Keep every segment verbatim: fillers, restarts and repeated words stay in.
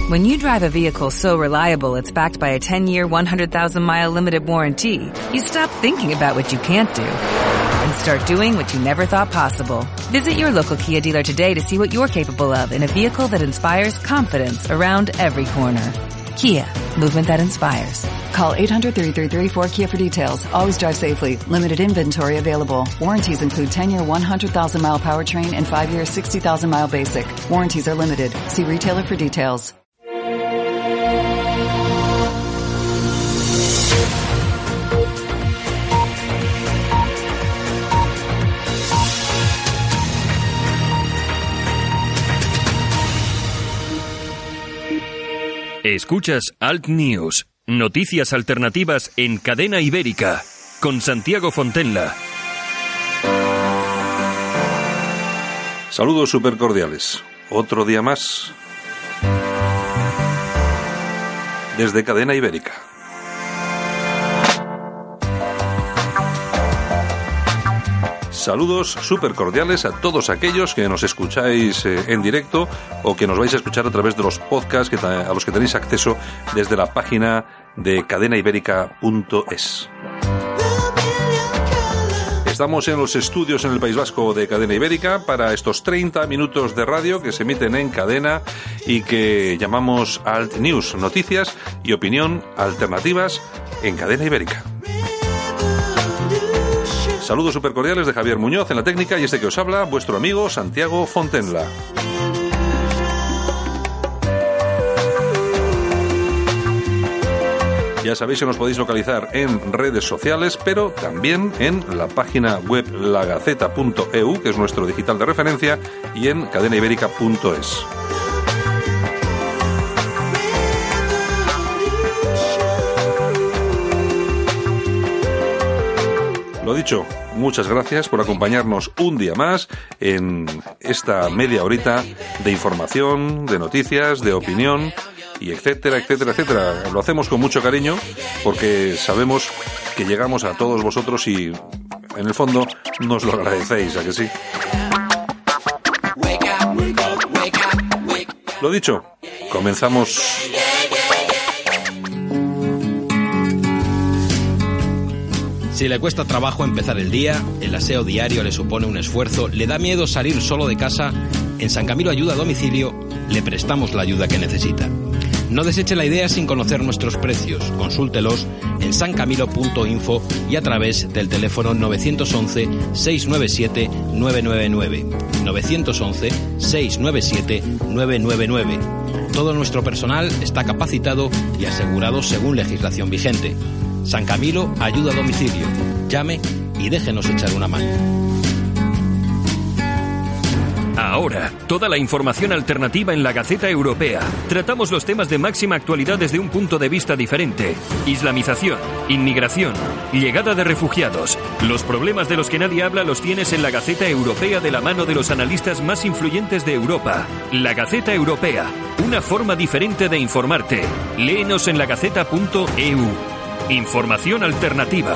When you drive a vehicle so reliable it's backed by a ten-year, one hundred thousand mile limited warranty, you stop thinking about what you can't do and start doing what you never thought possible. Visit your local Kia dealer today to see what you're capable of in a vehicle that inspires confidence around every corner. Kia, movement that inspires. Call eight hundred, three three three, four Kia for details. Always drive safely. Limited inventory available. Warranties include ten-year, one hundred thousand mile powertrain and five-year, sixty thousand mile basic. Warranties are limited. See retailer for details. Escuchas Alt News, noticias alternativas en Cadena Ibérica, con Santiago Fontenla. Saludos supercordiales. Otro día más desde Cadena Ibérica. Saludos supercordiales a todos aquellos que nos escucháis eh, en directo o que nos vais a escuchar a través de los podcasts que ta- a los que tenéis acceso desde la página de cadena ibérica punto es. Estamos en los estudios en el País Vasco de Cadena Ibérica para estos treinta minutos de radio que se emiten en cadena y que llamamos Alt News, noticias y opinión alternativas en Cadena Ibérica. Saludos supercordiales de Javier Muñoz en la técnica y este que os habla, vuestro amigo Santiago Fontenla. Ya sabéis que nos podéis localizar en redes sociales, pero también en la página web lagaceta punto e u, que es nuestro digital de referencia, y en cadena ibérica punto es. Lo dicho, muchas gracias por acompañarnos un día más en esta media horita de información, de noticias, de opinión y etcétera, etcétera, etcétera. Lo hacemos con mucho cariño porque sabemos que llegamos a todos vosotros y en el fondo nos lo agradecéis, ¿a que sí? Lo dicho, comenzamos. Si le cuesta trabajo empezar el día, el aseo diario le supone un esfuerzo, le da miedo salir solo de casa, en San Camilo Ayuda a Domicilio le prestamos la ayuda que necesita. No deseche la idea sin conocer nuestros precios. Consúltelos en san camilo punto info y a través del teléfono nueve once, seis nueve siete, nueve nueve nueve. nueve once, seis nueve siete, nueve nueve nueve. Todo nuestro personal está capacitado y asegurado según legislación vigente. San Camilo Ayuda a Domicilio. Llame y déjenos echar una mano. Ahora, toda la información alternativa en la Gaceta Europea. Tratamos los temas de máxima actualidad desde un punto de vista diferente. Islamización, inmigración, llegada de refugiados. Los problemas de los que nadie habla los tienes en la Gaceta Europea de la mano de los analistas más influyentes de Europa. La Gaceta Europea, una forma diferente de informarte. Léenos en lagaceta punto e u. Información alternativa.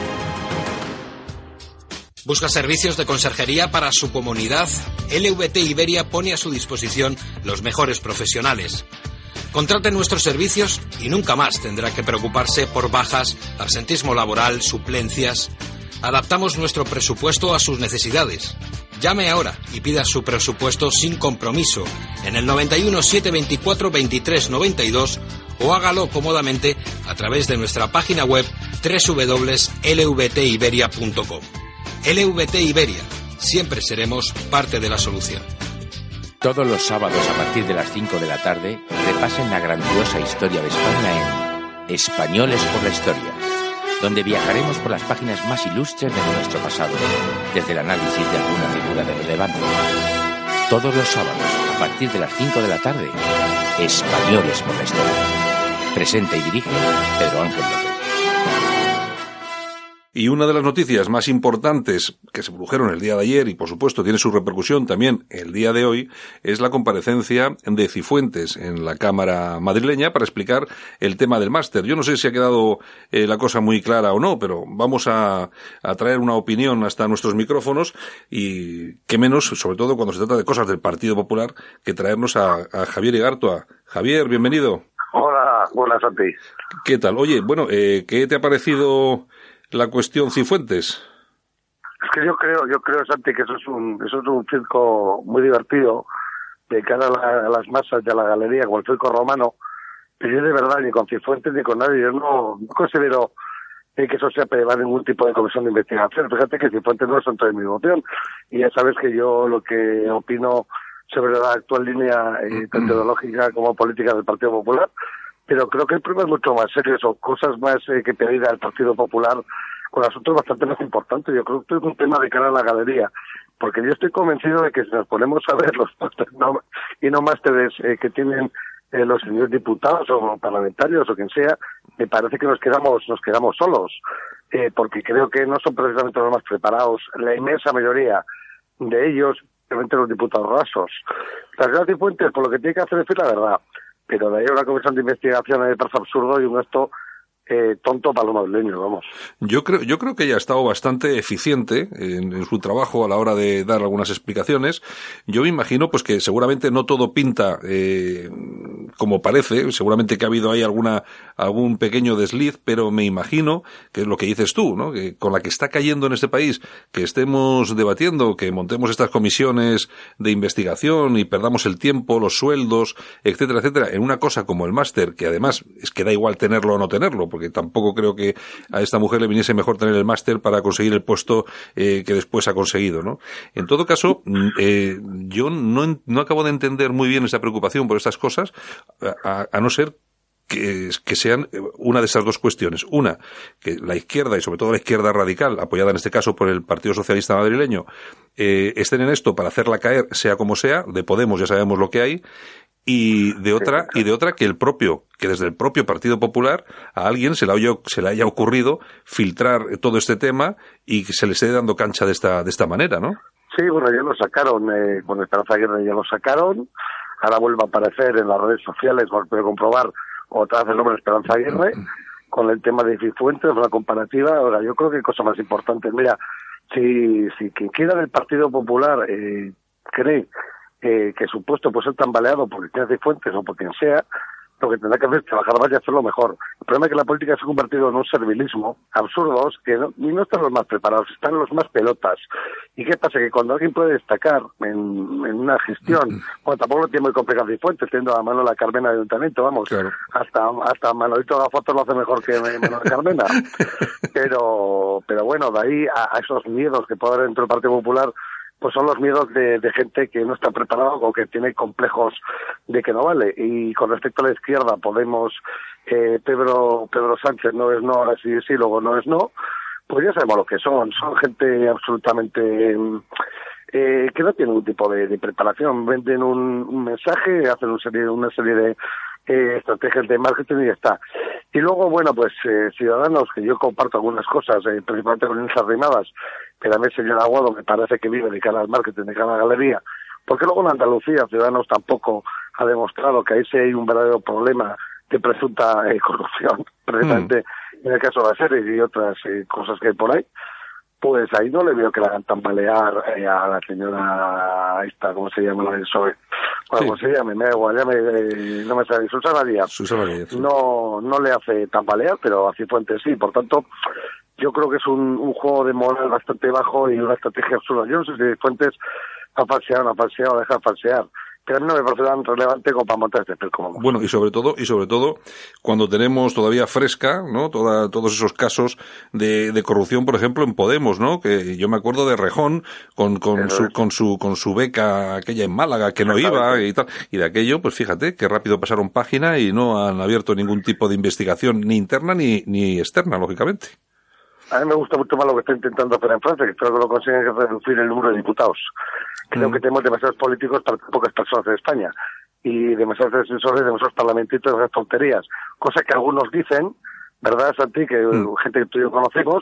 ¿Busca servicios de conserjería para su comunidad? L V T Iberia pone a su disposición los mejores profesionales. Contrate nuestros servicios y nunca más tendrá que preocuparse por bajas, absentismo laboral, suplencias. Adaptamos nuestro presupuesto a sus necesidades. Llame ahora y pida su presupuesto sin compromiso en el noventa y uno, setecientos veinticuatro, veintitrés noventa y dos o hágalo cómodamente a través de nuestra página web doble u doble u doble u punto l v t iberia punto com. L V T Iberia, siempre seremos parte de la solución. Todos los sábados a partir de las cinco de la tarde repasen la grandiosa historia de España en Españoles por la Historia, donde viajaremos por las páginas más ilustres de nuestro pasado, desde el análisis de alguna figura de relevancia. Todos los sábados a partir de las cinco de la tarde, Españoles por la Historia. Presenta y dirige Pedro Ángel López. Y una de las noticias más importantes que se produjeron el día de ayer y, por supuesto, tiene su repercusión también el día de hoy, es la comparecencia de Cifuentes en la Cámara madrileña para explicar el tema del máster. Yo no sé si ha quedado eh, la cosa muy clara o no, pero vamos a, a traer una opinión hasta nuestros micrófonos y qué menos, sobre todo cuando se trata de cosas del Partido Popular, que traernos a, a Javier Igartua. Javier, bienvenido. Hola, buenas a ti. ¿Qué tal? Oye, bueno, eh, ¿qué te ha parecido la cuestión Cifuentes? Es que yo creo, yo creo, Santi, que eso es un, eso es un circo muy divertido de cara a, la, a las masas y a la galería, como el circo romano. Pero yo de verdad, ni con Cifuentes ni con nadie, yo no, no considero eh, que eso sea para llevar ningún tipo de comisión de investigación. Fíjate que Cifuentes no es santo de mi devoción. Y ya sabes que yo lo que opino sobre la actual línea eh, tanto ideológica como política del Partido Popular, pero creo que el problema es mucho más serio, son cosas más eh, que pedir al Partido Popular con asuntos bastante más importantes. Yo creo que es un tema de cara a la galería, porque yo estoy convencido de que si nos ponemos a ver los másteres no, y no másteres eh, que tienen eh, los señores diputados o parlamentarios o quien sea, me parece que nos quedamos nos quedamos solos, eh, porque creo que no son precisamente los más preparados, la inmensa mayoría de ellos, realmente los diputados rasos. La señora Cifuentes, por lo que tiene que hacer es decir la verdad, pero de ahí una comisión de investigación me parece absurdo y un esto eh, tonto para los madrileños, vamos. Yo creo, yo creo que ella ha estado bastante eficiente en, en su trabajo a la hora de dar algunas explicaciones. Yo me imagino pues que seguramente no todo pinta eh, como parece, seguramente que ha habido ahí alguna algún pequeño desliz, pero me imagino que es lo que dices tú, ¿no? Que con la que está cayendo en este país, que estemos debatiendo, que montemos estas comisiones de investigación y perdamos el tiempo, los sueldos, etcétera, etcétera, en una cosa como el máster, que además es que da igual tenerlo o no tenerlo, porque tampoco creo que a esta mujer le viniese mejor tener el máster para conseguir el puesto eh, que después ha conseguido, ¿no? En todo caso, eh, yo no, no acabo de entender muy bien esa preocupación por estas cosas, a, a no ser que, que sean una de esas dos cuestiones. Una, que la izquierda, y sobre todo la izquierda radical, apoyada en este caso por el Partido Socialista madrileño, eh, estén en esto para hacerla caer, sea como sea. De Podemos ya sabemos lo que hay. Y de otra, y de otra que el propio, que desde el propio Partido Popular a alguien se le haya, se le haya ocurrido filtrar todo este tema y que se le esté dando cancha de esta, de esta manera, ¿no? Sí, bueno, ya lo sacaron, eh, con Esperanza Aguirre ya lo sacaron, ahora vuelve a aparecer en las redes sociales, vamos a poder comprobar otra vez el nombre de Esperanza Aguirre, con el tema de Cifuentes, la comparativa. Ahora, yo creo que hay cosas más importantes. Mira, si, si quien quiera del Partido Popular eh, cree Eh, que su puesto puede ser tambaleado por Cristina Cifuentes o por quien sea, lo que tendrá que hacer es trabajar más y hacerlo mejor. El problema es que la política se ha convertido en un servilismo absurdo, que no, y no están los más preparados, están los más pelotas. ¿Y qué pasa? Que cuando alguien puede destacar en, en una gestión, bueno, tampoco lo tiene muy complicado Cifuentes, teniendo a mano la Carmena de Ayuntamiento, vamos, claro. hasta hasta Manolito Gafoto lo hace mejor que Manuel Carmena. pero pero bueno, de ahí a, a esos miedos que puede haber dentro del Partido Popular, pues son los miedos de, de gente que no está preparada o que tiene complejos de que no vale. Y con respecto a la izquierda, Podemos, eh, Pedro Pedro Sánchez no es no, ahora sí sí, luego no es no, pues ya sabemos lo que son. Son gente absolutamente eh, que no tiene ningún tipo de, de preparación. Venden un, un mensaje, hacen una serie, una serie de eh, estrategias de marketing y ya está. Y luego, bueno, pues eh, Ciudadanos, que yo comparto algunas cosas, eh, principalmente con Inés Arrimadas, pero a mí el señor Aguado me parece que vive de cara al marketing, de cara a la galería, porque luego en Andalucía Ciudadanos tampoco ha demostrado que ahí sí hay un verdadero problema de presunta eh, corrupción, precisamente mm. en el caso de la serie y otras eh, cosas que hay por ahí. Pues ahí no le veo que la hagan tambalear eh, a la señora esta, ¿cómo se llama? La del P S O E. Bueno, sí. ¿Cómo se llama? Me da igual, ya me, eh, no me sabe. Susana Díaz. Susana Díaz. Sí. No, no le hace tambalear, pero a Cifuentes sí. Por tanto, yo creo que es un, un juego de moral bastante bajo y una estrategia absurda. Yo no sé si Cifuentes ha falseado, no ha falseado, deja de falsear. Que a mí no me parece tan relevante como para montar este circo. Bueno, y sobre todo, y sobre todo, cuando tenemos todavía fresca, ¿no? Toda, todos esos casos de, de corrupción, por ejemplo, en Podemos, ¿no? Que yo me acuerdo de Rejón, con, con su, con su, con su beca aquella en Málaga, que no iba y tal. Y de aquello, pues fíjate, qué rápido pasaron página y no han abierto ningún tipo de investigación, ni interna ni, ni externa, lógicamente. A mí me gusta mucho más lo que está intentando hacer en Francia, que creo que lo consiguen es reducir el número de diputados. Creo mm. que tenemos demasiados políticos para pocas personas en España. Y demasiados defensores, demasiados parlamentitos, demasiadas tonterías. Cosa que algunos dicen, ¿verdad, Santi? Que mm. gente que tú y yo conocemos,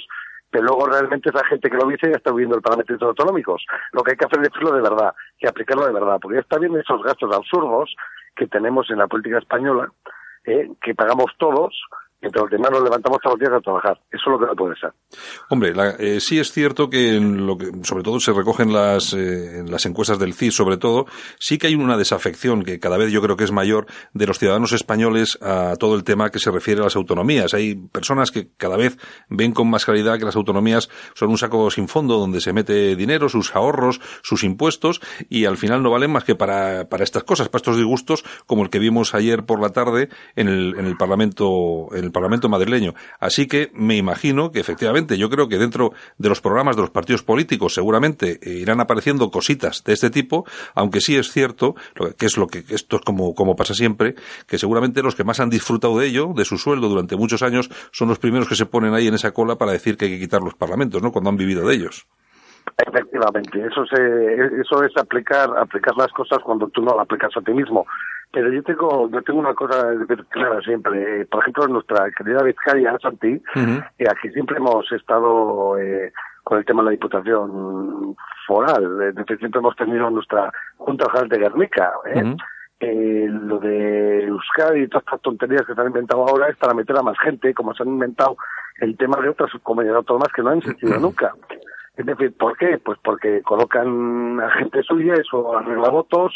pero luego realmente esa gente que lo dice ya está viviendo el Parlamento de los autonómicos. Lo que hay que hacer es decirlo de verdad y aplicarlo de verdad, porque ya está bien esos gastos absurdos que tenemos en la política española, eh, que pagamos todos, mientras los demás nos levantamos todos los días a trabajar. Eso es lo que no puede ser. Hombre, la, eh, sí es cierto que, en lo que sobre todo se recogen las, eh, en las encuestas del C I S, sobre todo, sí que hay una desafección que cada vez yo creo que es mayor de los ciudadanos españoles a todo el tema que se refiere a las autonomías. Hay personas que cada vez ven con más claridad que las autonomías son un saco sin fondo donde se mete dinero, sus ahorros, sus impuestos, y al final no valen más que para, para estas cosas, para estos disgustos como el que vimos ayer por la tarde en el, en el Parlamento, en el Parlamento madrileño. Así que me imagino que efectivamente, yo creo que dentro de los programas de los partidos políticos seguramente eh, irán apareciendo cositas de este tipo, aunque sí es cierto, lo que es lo que esto es como, como pasa siempre, que seguramente los que más han disfrutado de ello, de su sueldo durante muchos años, son los primeros que se ponen ahí en esa cola para decir que hay que quitar los parlamentos, ¿no? Cuando han vivido de ellos. Efectivamente, eso se, eso es aplicar, aplicar las cosas cuando tú no las aplicas a ti mismo. Pero yo tengo, yo tengo una cosa clara siempre. Por ejemplo, en nuestra querida Vizcaya, Santi, uh-huh. eh, aquí siempre hemos estado eh, con el tema de la Diputación Foral. Es decir, siempre hemos tenido nuestra Junta Local de Guernica. ¿eh? Uh-huh. Eh, lo de Euskadi y todas estas tonterías que se han inventado ahora es para meter a más gente, como se han inventado el tema de otras comunidades autónomas que no han existido uh-huh. nunca. Es decir, ¿por qué? Pues porque colocan a gente suya, eso arregla votos,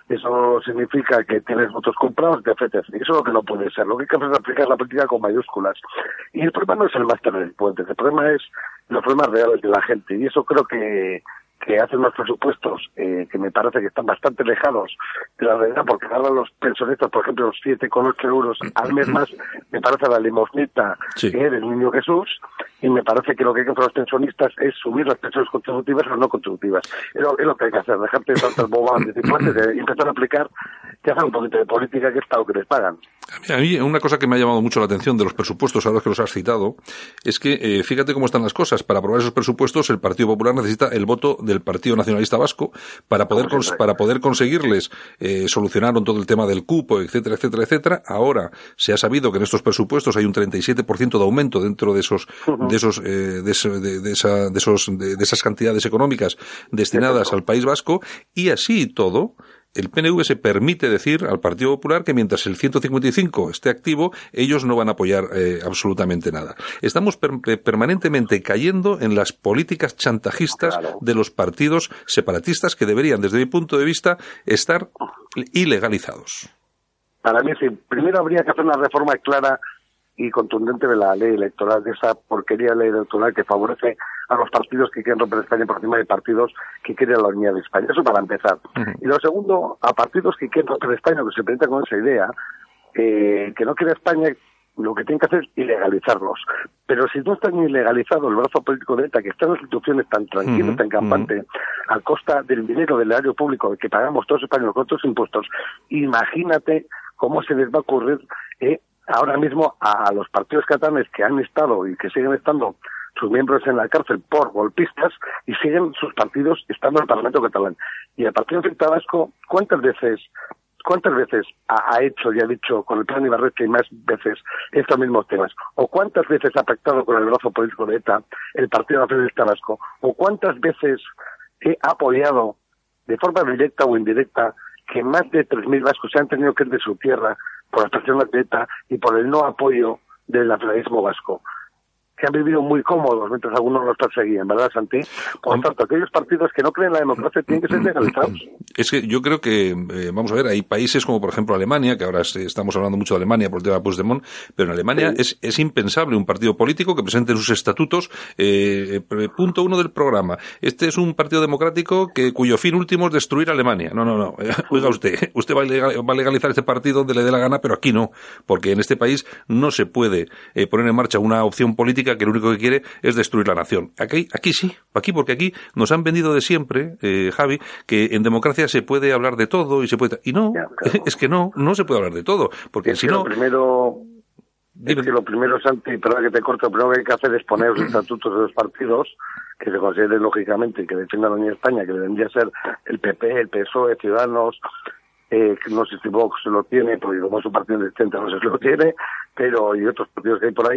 eso significa que tienes votos comprados, etcétera. Eso es lo que no puede ser. Lo que hay que hacer es aplicar la política con mayúsculas. Y el problema no es el máster del puente, el problema es los problemas reales de la gente. Y eso creo que que hacen unos presupuestos eh, que me parece que están bastante alejados de la realidad, porque ahora los pensionistas, por ejemplo, los siete coma ocho euros al mes más, me parece la limosnita sí. eh, del Niño Jesús, y me parece que lo que hay que hacer los pensionistas es subir las pensiones contributivas o no contributivas. Es lo, es lo que hay que hacer, dejarte de tantas bobadas de y empezar a aplicar, que hagan un poquito de política, que es para lo que les pagan. A mí, una cosa que me ha llamado mucho la atención de los presupuestos, ahora que los has citado, es que, eh, fíjate cómo están las cosas. Para aprobar esos presupuestos, el Partido Popular necesita el voto del Partido Nacionalista Vasco para poder cons- para poder conseguirles eh, solucionaron todo el tema del cupo, etcétera, etcétera, etcétera. Ahora se ha sabido que en estos presupuestos hay un treinta y siete por ciento de aumento dentro de esos uh-huh. de esos eh, de, eso, de, de, esa, de esos de, de esas cantidades económicas destinadas al País Vasco, y así y todo el P N V se permite decir al Partido Popular que mientras el ciento cincuenta y cinco esté activo, ellos no van a apoyar eh, absolutamente nada. Estamos per- permanentemente cayendo en las políticas chantajistas claro. de los partidos separatistas que deberían, desde mi punto de vista, estar ilegalizados. Para mí sí. Primero habría que hacer una reforma clara y contundente de la ley electoral, de esa porquería de ley electoral que favorece a los partidos que quieren romper España por encima de partidos que quieren la unidad de España. Eso para empezar. Uh-huh. Y lo segundo, a partidos que quieren romper España, que se presentan con esa idea, eh, que no quiere España, lo que tienen que hacer es ilegalizarlos. Pero si no están ilegalizados el brazo político de ETA, que está en las instituciones tan tranquilo, uh-huh. tan campante, uh-huh. a costa del dinero del erario público que pagamos todos los españoles con otros impuestos, imagínate cómo se les va a ocurrir eh, ahora mismo a los partidos catalanes que han estado y que siguen estando sus miembros en la cárcel por golpistas y siguen sus partidos estando en el Parlamento catalán. Y el Partido Nacionalista Vasco, ¿cuántas veces cuántas veces ha, ha hecho y ha dicho con el plan Ibarretxe y más veces estos mismos temas? ¿O cuántas veces ha pactado con el brazo político de ETA el Partido Nacionalista Vasco? ¿O cuántas veces ha apoyado de forma directa o indirecta que más de tres mil vascos se han tenido que ir de su tierra por las presiones de ETA y por el no apoyo del nacionalismo vasco, que han vivido muy cómodos mientras algunos los perseguían, ¿verdad, Santi? Por lo tanto, aquellos partidos que no creen en la democracia tienen que ser legalizados. Es que yo creo que, eh, vamos a ver, hay países como por ejemplo Alemania, que ahora estamos hablando mucho de Alemania por el tema de Puigdemont, pero en Alemania sí. es, es impensable un partido político que presente sus estatutos, eh, punto uno del programa. Este es un partido democrático que cuyo fin último es destruir Alemania. No, no, no. Oiga usted, usted va a, legal, va a legalizar este partido donde le dé la gana, pero aquí no, porque en este país no se puede eh, poner en marcha una opción política que lo único que quiere es destruir la nación. Aquí, aquí sí, aquí porque aquí nos han vendido de siempre, eh, Javi, que en democracia se puede hablar de todo y se puede y no, ya, claro. es que no, no se puede hablar de todo, porque es si que no. Lo primero, es que lo primero, Santi, perdón que te corto, lo primero que hay que hacer es poner los estatutos de los partidos que se consideren lógicamente y que defiendan la Unión de España, que debería ser el P P, el P S O E, Ciudadanos. Eh, no sé si Vox lo tiene, porque como es un partido inexistente no sé si lo tiene, pero y otros partidos que hay por ahí,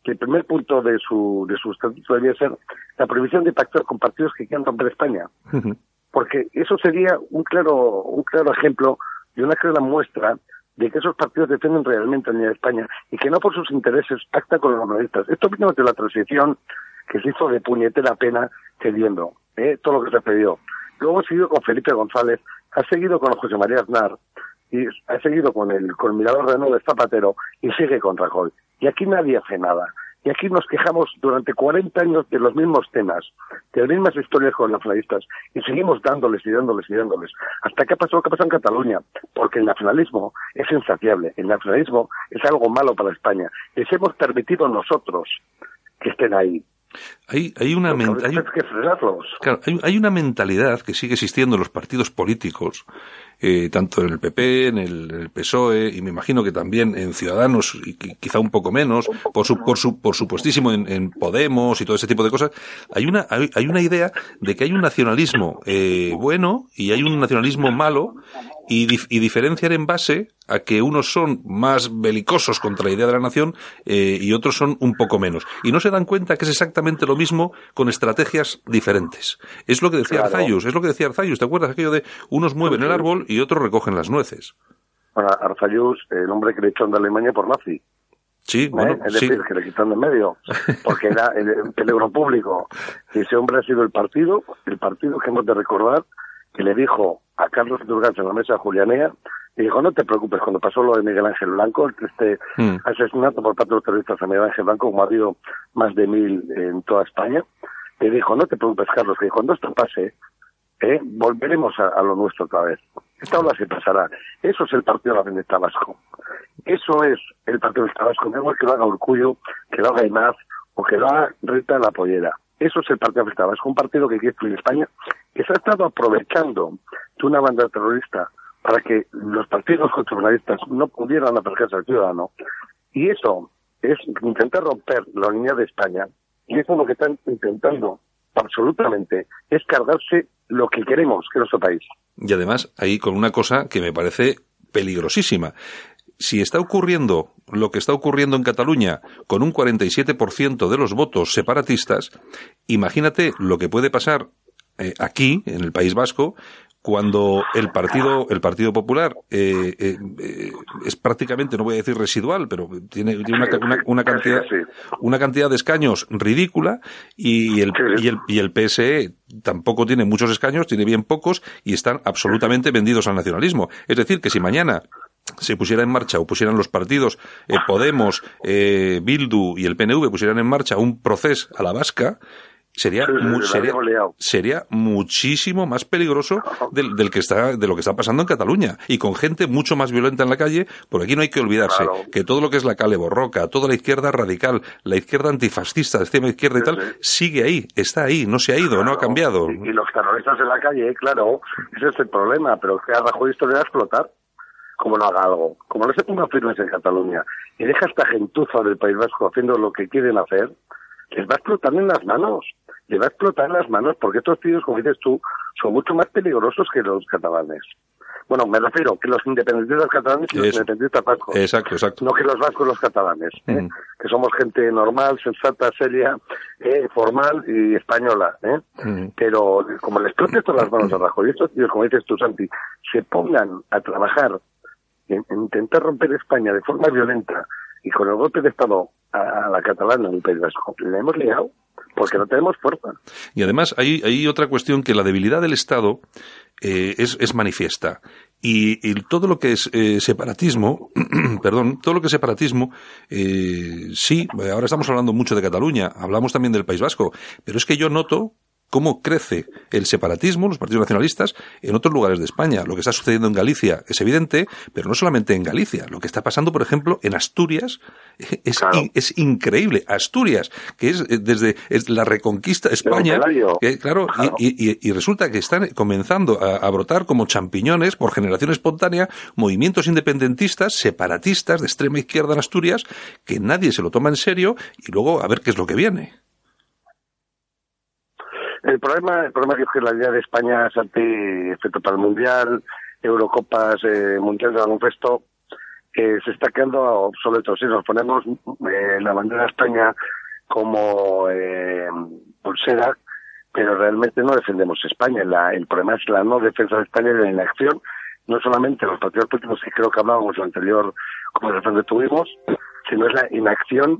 que el primer punto de su de su estatuto debía ser la prohibición de pactar con partidos que quieran romper España. Uh-huh. Porque eso sería un claro un claro ejemplo y una clara muestra de que esos partidos defienden realmente la unidad de España y que no por sus intereses pactan con los nacionalistas. Esto vino de la transición que se hizo de puñetera pena cediendo, ¿eh? todo lo que se pidió. Luego ha seguido con Felipe González, ha seguido con José María Aznar, y ha seguido con el con Mirador de Nuevo de Zapatero y sigue con Rajoy. Y aquí nadie hace nada. Y aquí nos quejamos durante cuarenta años de los mismos temas, de las mismas historias con los nacionalistas, y seguimos dándoles y dándoles y dándoles. Hasta que ha pasado lo que ha pasado en Cataluña, porque el nacionalismo es insaciable, el nacionalismo es algo malo para España. Les hemos permitido nosotros que estén ahí. Hay, hay, una men- hay, que frenarlos. Claro, hay, hay una mentalidad que sigue existiendo en los partidos políticos, eh, tanto en el P P, en el, en el P S O E, y me imagino que también en Ciudadanos, y quizá un poco menos, por su, por su, por supuestísimo en, en Podemos y todo ese tipo de cosas. Hay una, hay, hay una idea de que hay un nacionalismo eh, bueno y hay un nacionalismo malo, y, dif- y diferenciar en base a que unos son más belicosos contra la idea de la nación eh, y otros son un poco menos. Y no se dan cuenta que es exactamente lo mismo con estrategias diferentes. Es lo que decía claro. Arzallus, es lo que decía Arzallus. ¿Te acuerdas aquello de unos mueven el árbol y otros recogen las nueces? Bueno, Arzallus, el hombre que le echan de Alemania por nazi. Sí, bueno, ¿Eh? Es decir, sí. que le quitan de en medio, porque era el, el peligro público. Y ese hombre ha sido el partido, el partido que hemos de recordar, que le dijo a Carlos Iturgaiz en la mesa julianea, y dijo, no te preocupes, cuando pasó lo de Miguel Ángel Blanco, este mm. asesinato por parte de los terroristas a Miguel Ángel Blanco, como ha habido más de mil en toda España, le dijo, no te preocupes, Carlos, que cuando esto pase, eh, volveremos a, a lo nuestro otra vez. Esta ola se pasará. Eso es el Partido Nacionalista Vasco. Eso es el Partido Nacionalista Vasco. No es que lo haga Urkullu, que lo haga Imaz, o que lo haga Rita La Pollera. Eso es el Partido Nacionalista Vasco, un partido que quiere destruir España, que se ha estado aprovechando de una banda terrorista para que los partidos constitucionalistas no pudieran acercarse al ciudadano. Y eso es intentar romper la unidad de España, y eso es lo que están intentando absolutamente, es cargarse lo que queremos, que es nuestro país. Y además, ahí con una cosa que me parece peligrosísima. Si está ocurriendo lo que está ocurriendo en Cataluña con un cuarenta y siete por ciento de los votos separatistas, imagínate lo que puede pasar eh, aquí, en el País Vasco, cuando el Partido el Partido Popular eh, eh, eh, es prácticamente, no voy a decir residual, pero tiene, tiene una, una, una cantidad una cantidad de escaños ridícula, y el, y el y el P S E tampoco tiene muchos escaños, tiene bien pocos, y están absolutamente vendidos al nacionalismo. Es decir, que si mañana se pusiera en marcha o pusieran los partidos eh, Podemos, eh, Bildu y el P N V pusieran en marcha un proceso a la vasca, sería, sí, mu- sería, sería muchísimo más peligroso del, del que está, de lo que está pasando en Cataluña, y con gente mucho más violenta en la calle, porque aquí no hay que olvidarse claro. que todo lo que es la Kale Borroka, toda la izquierda radical, la izquierda antifascista, la extrema izquierda sí, y tal, sí. sigue ahí, está ahí, no se ha ido, claro. no ha cambiado. Y, y los terroristas en la calle, claro, ese es el problema, pero que a Rajoy esto le va a explotar. Como no haga algo, como no se pongan firmes en Cataluña y deja esta gentuza del País Vasco haciendo lo que quieren hacer, les va a explotar en las manos, les va a explotar en las manos, porque estos tíos, como dices tú, son mucho más peligrosos que los catalanes. Bueno, me refiero que los independentistas catalanes y los Eso. independentistas vascos. Exacto, exacto. No que los vascos y los catalanes, ¿eh? Mm. que somos gente normal, sensata, seria, eh, formal y española. ¿eh? Mm. Pero como les explote esto en las manos a Rajoy, y estos tíos, como dices tú, Santi, se pongan a trabajar en, en intentar romper España de forma violenta y con el golpe de Estado a, a la catalana en el País Vasco, le hemos liado porque no tenemos fuerza. Y además hay, hay otra cuestión, que la debilidad del Estado eh, es, es manifiesta. Y, y todo lo que es eh, separatismo, perdón, todo lo que es separatismo, eh, sí, ahora estamos hablando mucho de Cataluña, hablamos también del País Vasco, pero es que yo noto cómo crece el separatismo, los partidos nacionalistas, en otros lugares de España. Lo que está sucediendo en Galicia es evidente, pero no solamente en Galicia. Lo que está pasando, por ejemplo, en Asturias es, claro. in, es increíble. Asturias, que es desde es la reconquista de España, que, claro, claro. Y, y, y resulta que están comenzando a, a brotar como champiñones por generación espontánea movimientos independentistas, separatistas, de extrema izquierda en Asturias, que nadie se lo toma en serio, y luego a ver qué es lo que viene. El problema, el problema es que la idea de España es anti efecto para el Mundial, Eurocopas, eh, Mundial de baloncesto, eh, se está quedando obsoleto. Si nos ponemos eh, la bandera de España como eh, pulsera, pero realmente no defendemos España. La, el problema es la no defensa de España y la inacción, no solamente los partidos políticos, que creo que hablábamos en la anterior conversación que tuvimos, sino es la inacción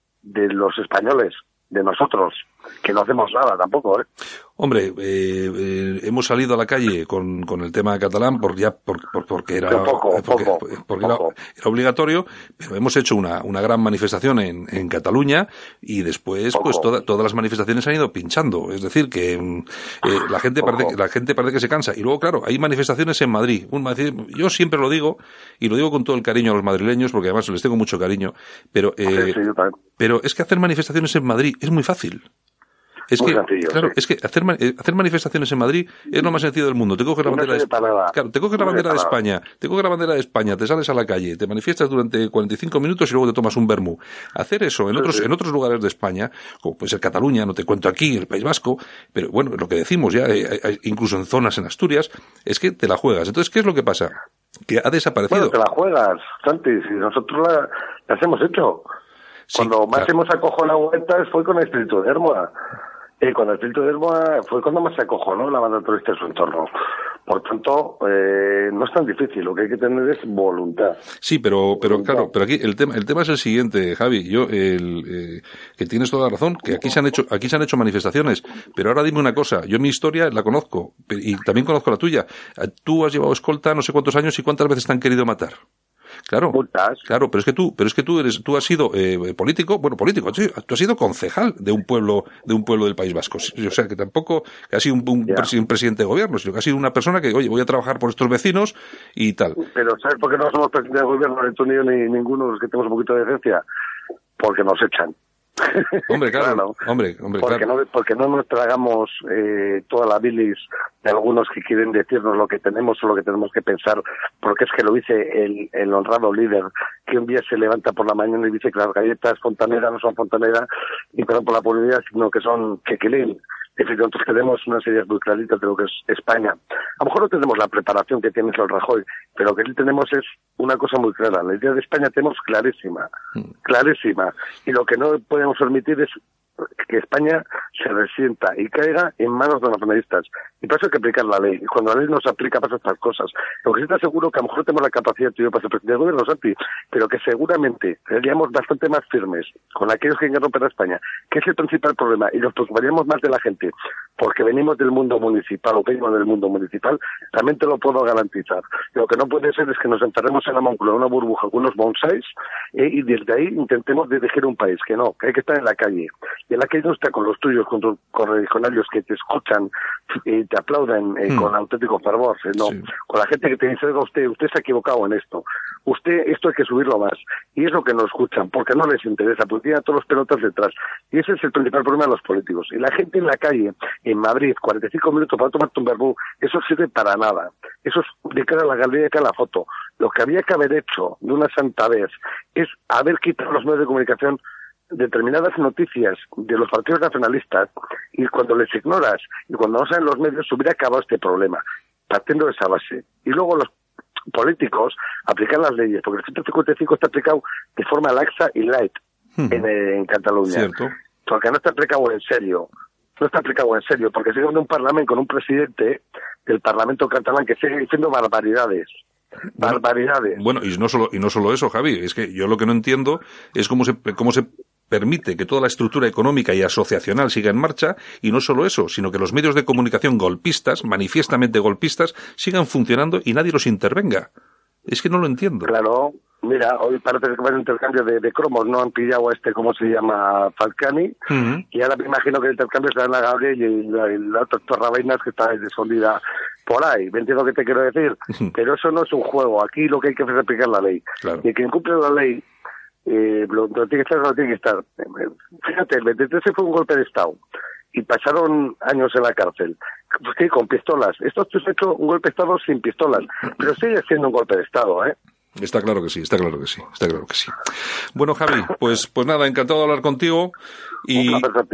de los españoles, de nosotros, que no hacemos nada tampoco, ¿eh? Hombre, eh, eh, hemos salido a la calle con, con el tema catalán por ya por, por, porque era poco, porque, poco, porque poco. Era, era obligatorio, pero hemos hecho una, una gran manifestación en, en Cataluña y después poco. pues toda, todas las manifestaciones han ido pinchando, es decir que eh, la gente poco. parece la gente parece que se cansa y luego claro hay manifestaciones en Madrid. Un, yo siempre lo digo y lo digo con todo el cariño a los madrileños porque además les tengo mucho cariño, pero eh, sí, sí, pero es que hacer manifestaciones en Madrid es muy fácil. Es Muy que, sencillo, claro, sí. es que hacer, hacer manifestaciones en Madrid es lo más sencillo del mundo. Te coges la no bandera de España, claro, te coges la no bandera de España, te coges la bandera de España, te sales a la calle, te manifiestas durante cuarenta y cinco minutos y luego te tomas un vermú. Hacer eso en sí, otros, sí. en otros lugares de España, como puede ser Cataluña, no te cuento aquí, el País Vasco, pero bueno, lo que decimos ya, eh, incluso en zonas en Asturias, es que te la juegas. Entonces, ¿qué es lo que pasa? Que ha desaparecido. Bueno, te la juegas, Santi, si nosotros la, las hemos hecho. Sí, Cuando más claro. hemos acojonado vueltas fue con el espíritu de Hermoa. Y con el espíritu de Hermoa fue cuando más se acojonó la banda terrorista en su entorno. Por tanto, eh, no es tan difícil, lo que hay que tener es voluntad. Sí, pero, pero voluntad. claro, pero aquí el tema, el tema es el siguiente, Javi. Yo, el, eh, que tienes toda la razón, que aquí se han hecho, aquí se han hecho manifestaciones. Pero ahora dime una cosa, yo mi historia la conozco y también conozco la tuya. Tú has llevado escolta no sé cuántos años y cuántas veces te han querido matar. Claro, Multas. claro, pero es que tú, pero es que tú eres, tú has sido eh, político, bueno, político, sí, tú has sido concejal de un pueblo, de un pueblo del País Vasco. O sea, que tampoco que has sido un, un, Yeah. presi- un presidente de gobierno, sino que has sido una persona que, oye, voy a trabajar por estos vecinos y tal. Pero ¿sabes por qué no somos presidentes de gobierno, ni tú ni yo, ni ninguno de los que tenemos un poquito de decencia? Porque nos echan. Hombre, claro, Claro. hombre, hombre, porque claro. no porque no nos tragamos eh, toda la bilis de algunos que quieren decirnos lo que tenemos o lo que tenemos que pensar, porque es que lo dice el, el honrado líder, que un día se levanta por la mañana y dice que las galletas Fontanera no son Fontanera y perdón por la publicidad, sino que son Quequilín. Es decir, nosotros tenemos unas ideas muy claritas de lo que es España. A lo mejor no tenemos la preparación que tiene el Rajoy, pero lo que sí tenemos es una cosa muy clara. La idea de España tenemos clarísima, clarísima. Y lo que no podemos permitir es que España se resienta y caiga en manos de nacionalistas. Y para eso hay que aplicar la ley. Y cuando la ley no se aplica pasa estas cosas. Lo que sí está seguro que a lo mejor tenemos la capacidad tuyo para ser presidente del gobierno, Santi, pero que seguramente seríamos bastante más firmes con aquellos que quieren romper a España, que es el principal problema, y nos preocuparíamos más de la gente, porque venimos del mundo municipal o venimos del mundo municipal, también te lo puedo garantizar. Lo que no puede ser es que nos enterremos en la Moncloa, en una burbuja con unos bonsáis, eh, y desde ahí intentemos dirigir un país, que no, que hay que estar en la calle. Y en la calle no está con los tuyos, con tus correligionarios que te escuchan y te aplauden eh, Hmm. con auténtico fervor, no, Sí. con la gente que te dice, oiga, usted, usted se ha equivocado en esto, usted, esto hay que subirlo más, y es lo que no escuchan, porque no les interesa, porque tienen a todos los pelotas detrás, y ese es el principal problema de los políticos, y la gente en la calle, en Madrid, cuarenta y cinco minutos para tomarte un vermú, eso sirve para nada, eso es de cara a la galería, de cara a la foto. Lo que había que haber hecho de una santa vez es haber quitado los medios de comunicación determinadas noticias de los partidos nacionalistas, y cuando les ignoras y cuando no salen los medios se hubiera acabado este problema, partiendo de esa base. Y luego los políticos aplican las leyes, porque el ciento cincuenta y cinco está aplicado de forma laxa y light Hmm. en, en Cataluña, Cierto. porque no está aplicado en serio, no está aplicado en serio, porque sigue habiendo un parlamento con un presidente del Parlamento catalán que sigue diciendo barbaridades. Bueno, barbaridades. Bueno, y no solo y no solo eso, Javi, es que yo lo que no entiendo es cómo se cómo se permite que toda la estructura económica y asociacional siga en marcha, y no solo eso, sino que los medios de comunicación golpistas, manifiestamente golpistas, sigan funcionando y nadie los intervenga. Es que no lo entiendo. Claro, mira, hoy parece que va a haber intercambio de, de cromos, no han pillado a este, ¿cómo se llama? Falcani, Ujú. y ahora me imagino que el intercambio será en la Gabriel y la, y la otra Torrabainas que está escondida por ahí. ¿Me entiendes lo que te quiero decir? Ujú. Pero eso no es un juego, aquí lo que hay que hacer es aplicar la ley. Claro. Y quien cumple la ley, eh, lo, lo tiene que estar, lo tiene que estar. Fíjate, el veintitrés fue un golpe de Estado y pasaron años en la cárcel. Pues que con pistolas. Esto es hecho un golpe de Estado sin pistolas, pero sigue siendo un golpe de Estado, ¿eh? Está claro que sí, está claro que sí, está claro que sí. Bueno, Javi, pues pues nada, encantado de hablar contigo y,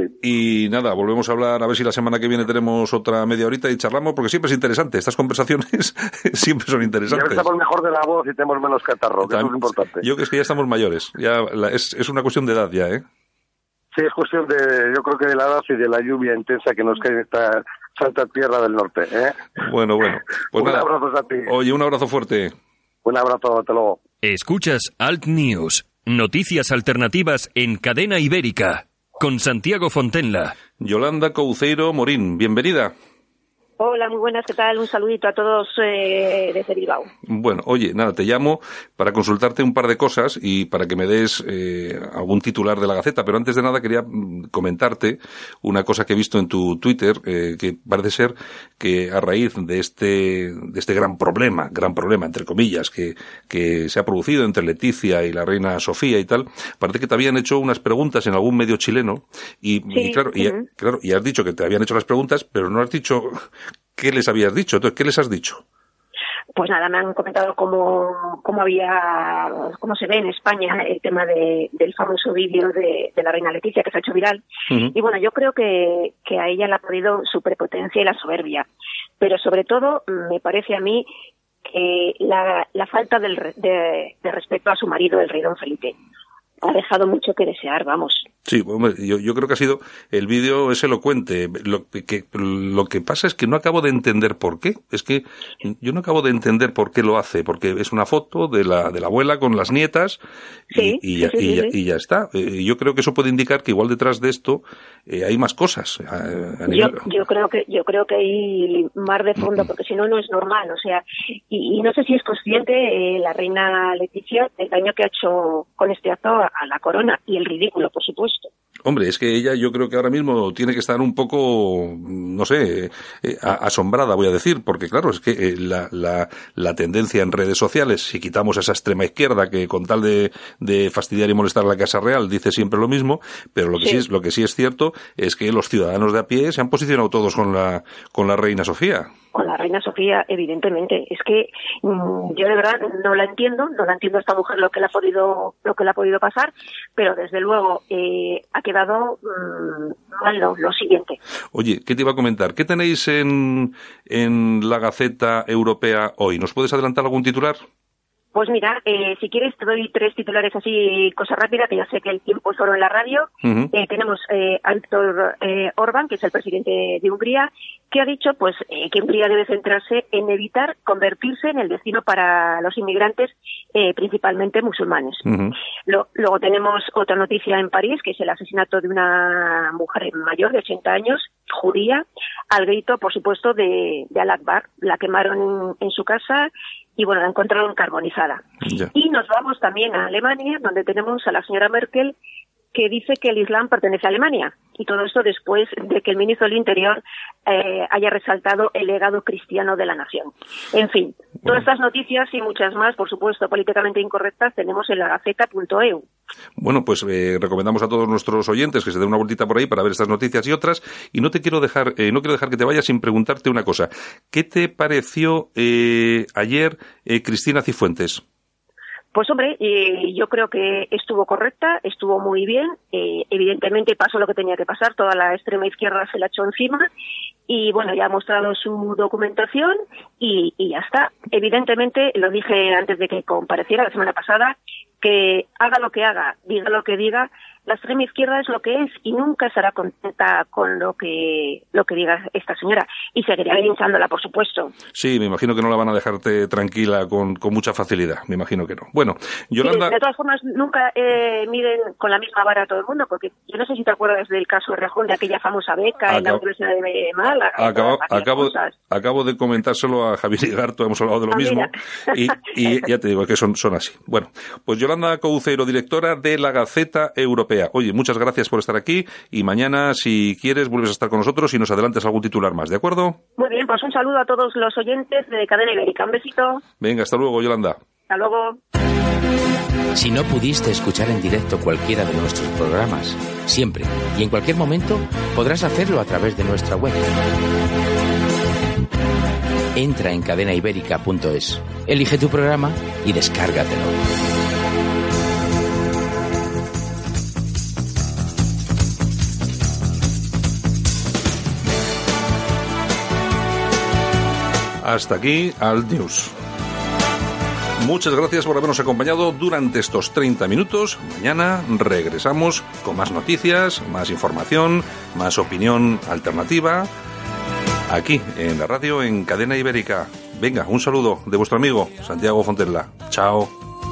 y nada, volvemos a hablar, a ver si la semana que viene tenemos otra media horita y charlamos, porque siempre es interesante, estas conversaciones siempre son interesantes. Ya estamos mejor de la voz y tenemos menos catarro, que eso es importante. Yo creo que ya estamos mayores, ya la, es, es una cuestión de edad ya, ¿eh? Sí, es cuestión de, yo creo que de la edad y de la lluvia intensa que nos cae en esta santa tierra del norte, ¿eh? Bueno, bueno. Pues un nada, abrazo a ti. Oye, un abrazo fuerte. Un abrazo, hasta luego. Escuchas Alt News, noticias alternativas en Cadena Ibérica, con Santiago Fontenla. Yolanda Couceiro Morín, bienvenida. Hola, muy buenas, ¿qué tal? Un saludito a todos eh, desde Bilbao. Bueno, oye, nada, te llamo para consultarte un par de cosas y para que me des eh, algún titular de la Gaceta, pero antes de nada quería comentarte una cosa que he visto en tu Twitter, eh, que parece ser que a raíz de este de este gran problema, gran problema, entre comillas, que, que se ha producido entre Leticia y la reina Sofía y tal, parece que te habían hecho unas preguntas en algún medio chileno y, sí, y claro, y, uh-huh. claro, y has dicho que te habían hecho las preguntas, pero no has dicho... ¿Qué les habías dicho? Entonces, ¿qué les has dicho? Pues nada, me han comentado cómo, cómo había, cómo se ve en España el tema de, del famoso vídeo de, de la reina Leticia que se ha hecho viral. Uh-huh. Y bueno, yo creo que, que a ella le ha podido su prepotencia y la soberbia. Pero sobre todo, me parece a mí que la, la falta del, de, de respeto a su marido, el rey don Felipe. Ha dejado mucho que desear, vamos. Sí, hombre, yo, yo creo que ha sido, el vídeo es elocuente. Lo que, lo que pasa es que no acabo de entender por qué. Es que yo no acabo de entender por qué lo hace, porque es una foto de la, de la abuela con las nietas y, sí, y, ya, sí, sí, y, ya, sí. y ya está. Eh, yo creo que eso puede indicar que igual detrás de esto eh, hay más cosas. A, a yo, yo creo que yo creo que hay mar de fondo, porque si no, no es normal. O sea, y, y no sé si es consciente eh, la reina Leticia del daño que ha hecho con este acto a la corona y el ridículo, por supuesto. Hombre, es que ella yo creo que ahora mismo tiene que estar un poco, no sé, eh, asombrada, voy a decir, porque claro, es que eh, la, la, la tendencia en redes sociales, si quitamos a esa extrema izquierda que con tal de, de fastidiar y molestar a la Casa Real dice siempre lo mismo, pero lo que sí. sí es, lo que sí es cierto es que los ciudadanos de a pie se han posicionado todos con la, con la reina Sofía. Con la reina Sofía, evidentemente. Es que mmm, yo de verdad no la entiendo, no la entiendo a esta mujer lo que le ha podido, lo que le ha podido pasar, pero desde luego eh, ha quedado mmm, mal lo, lo siguiente. Oye, ¿qué te iba a comentar? ¿Qué tenéis en, en la Gaceta Europea hoy? ¿Nos puedes adelantar algún titular? Pues mira, eh, si quieres te doy tres titulares así, cosa rápida, que ya sé que el tiempo es oro en la radio. Uh-huh. Eh, tenemos eh, a Viktor eh, Orbán, que es el presidente de Hungría, que ha dicho pues eh, que Hungría debe centrarse en evitar convertirse en el destino para los inmigrantes, eh, principalmente musulmanes. Uh-huh. Lo, luego tenemos otra noticia en París, que es el asesinato de una mujer mayor de ochenta años, judía, al grito, por supuesto, de, de Al-Akbar. La quemaron en, en su casa y bueno, la encontraron carbonizada. Yeah. Y nos vamos también a Alemania, donde tenemos a la señora Merkel, que dice que el Islam pertenece a Alemania. Y todo esto después de que el ministro del Interior eh, haya resaltado el legado cristiano de la nación. En fin, todas estas noticias y muchas más, por supuesto, políticamente incorrectas, tenemos en la gaceta punto e u. Bueno, pues eh, recomendamos a todos nuestros oyentes que se den una vueltita por ahí para ver estas noticias y otras. Y no te quiero dejar, eh, no quiero dejar que te vayas sin preguntarte una cosa. ¿Qué te pareció eh, ayer eh, Cristina Cifuentes? Pues hombre, eh, yo creo que estuvo correcta, estuvo muy bien, eh, evidentemente pasó lo que tenía que pasar, toda la extrema izquierda se la echó encima y bueno, ya ha mostrado su documentación y, y ya está. Evidentemente, lo dije antes de que compareciera la semana pasada, que haga lo que haga, diga lo que diga, la extrema izquierda es lo que es y nunca estará contenta con lo que lo que diga esta señora y seguirá linchándola, por supuesto. Sí, me imagino que no la van a dejarte tranquila con, con mucha facilidad, me imagino que no. Bueno, Yolanda... Sí, de todas formas, nunca eh, miden con la misma vara a todo el mundo, porque yo no sé si te acuerdas del caso de Rejón, de aquella famosa beca Acab... en la Universidad de Málaga. Acabo, acabo, acabo de comentárselo a Javier Igarto, hemos hablado de lo ah, mismo, y, y ya te digo que son, son así. Bueno, pues Yolanda Couceiro, directora de la Gaceta Europea. Oye, muchas gracias por estar aquí y mañana, si quieres, vuelves a estar con nosotros y nos adelantas algún titular más, ¿de acuerdo? Muy bien, pues un saludo a todos los oyentes de Cadena Ibérica. Un besito. Venga, hasta luego, Yolanda. Hasta luego. Si no pudiste escuchar en directo cualquiera de nuestros programas, siempre y en cualquier momento podrás hacerlo a través de nuestra web. Entra en cadena ibérica punto es, elige tu programa y descárgatelo. Hasta aquí Alt News. Muchas gracias por habernos acompañado durante estos treinta minutos. Mañana regresamos con más noticias, más información, más opinión alternativa, aquí en la radio, en Cadena Ibérica. Venga, un saludo de vuestro amigo Santiago Fontella. Chao.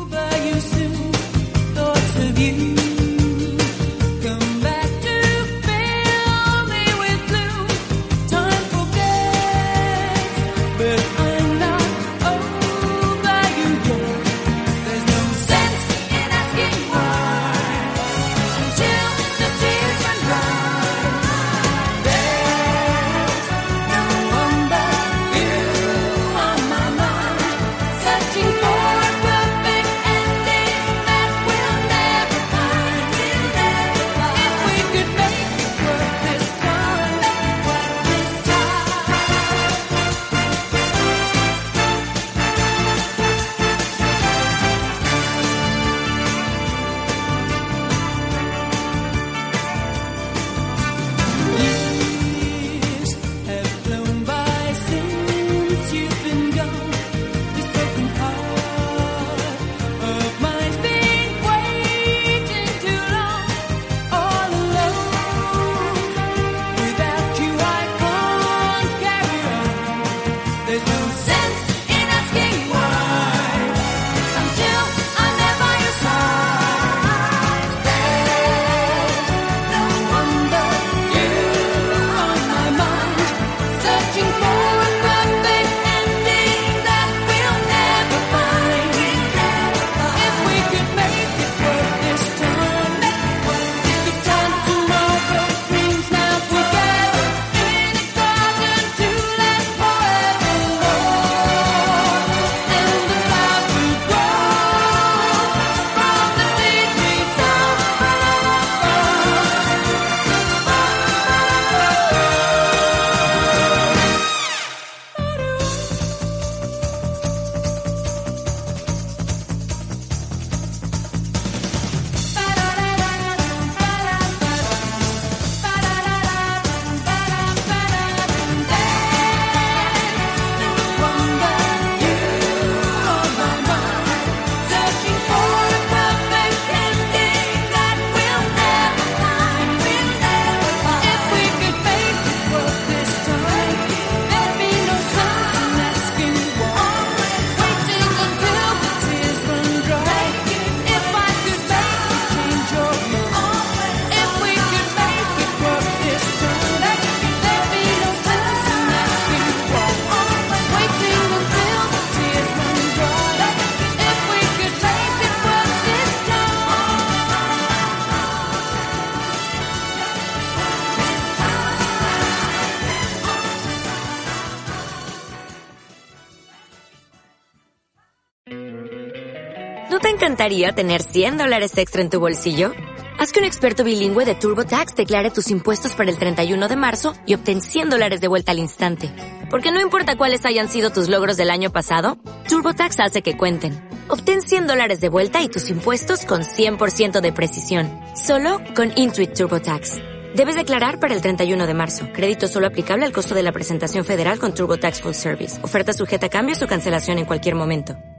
¿No te encantaría tener cien dólares extra en tu bolsillo? Haz que un experto bilingüe de TurboTax declare tus impuestos para el treinta y uno de marzo y obtén cien dólares de vuelta al instante. Porque no importa cuáles hayan sido tus logros del año pasado, TurboTax hace que cuenten. Obtén cien dólares de vuelta y tus impuestos con cien por ciento de precisión. Solo con Intuit TurboTax. Debes declarar para el treinta y uno de marzo. Crédito solo aplicable al costo de la presentación federal con TurboTax Full Service. Oferta sujeta a cambios o cancelación en cualquier momento.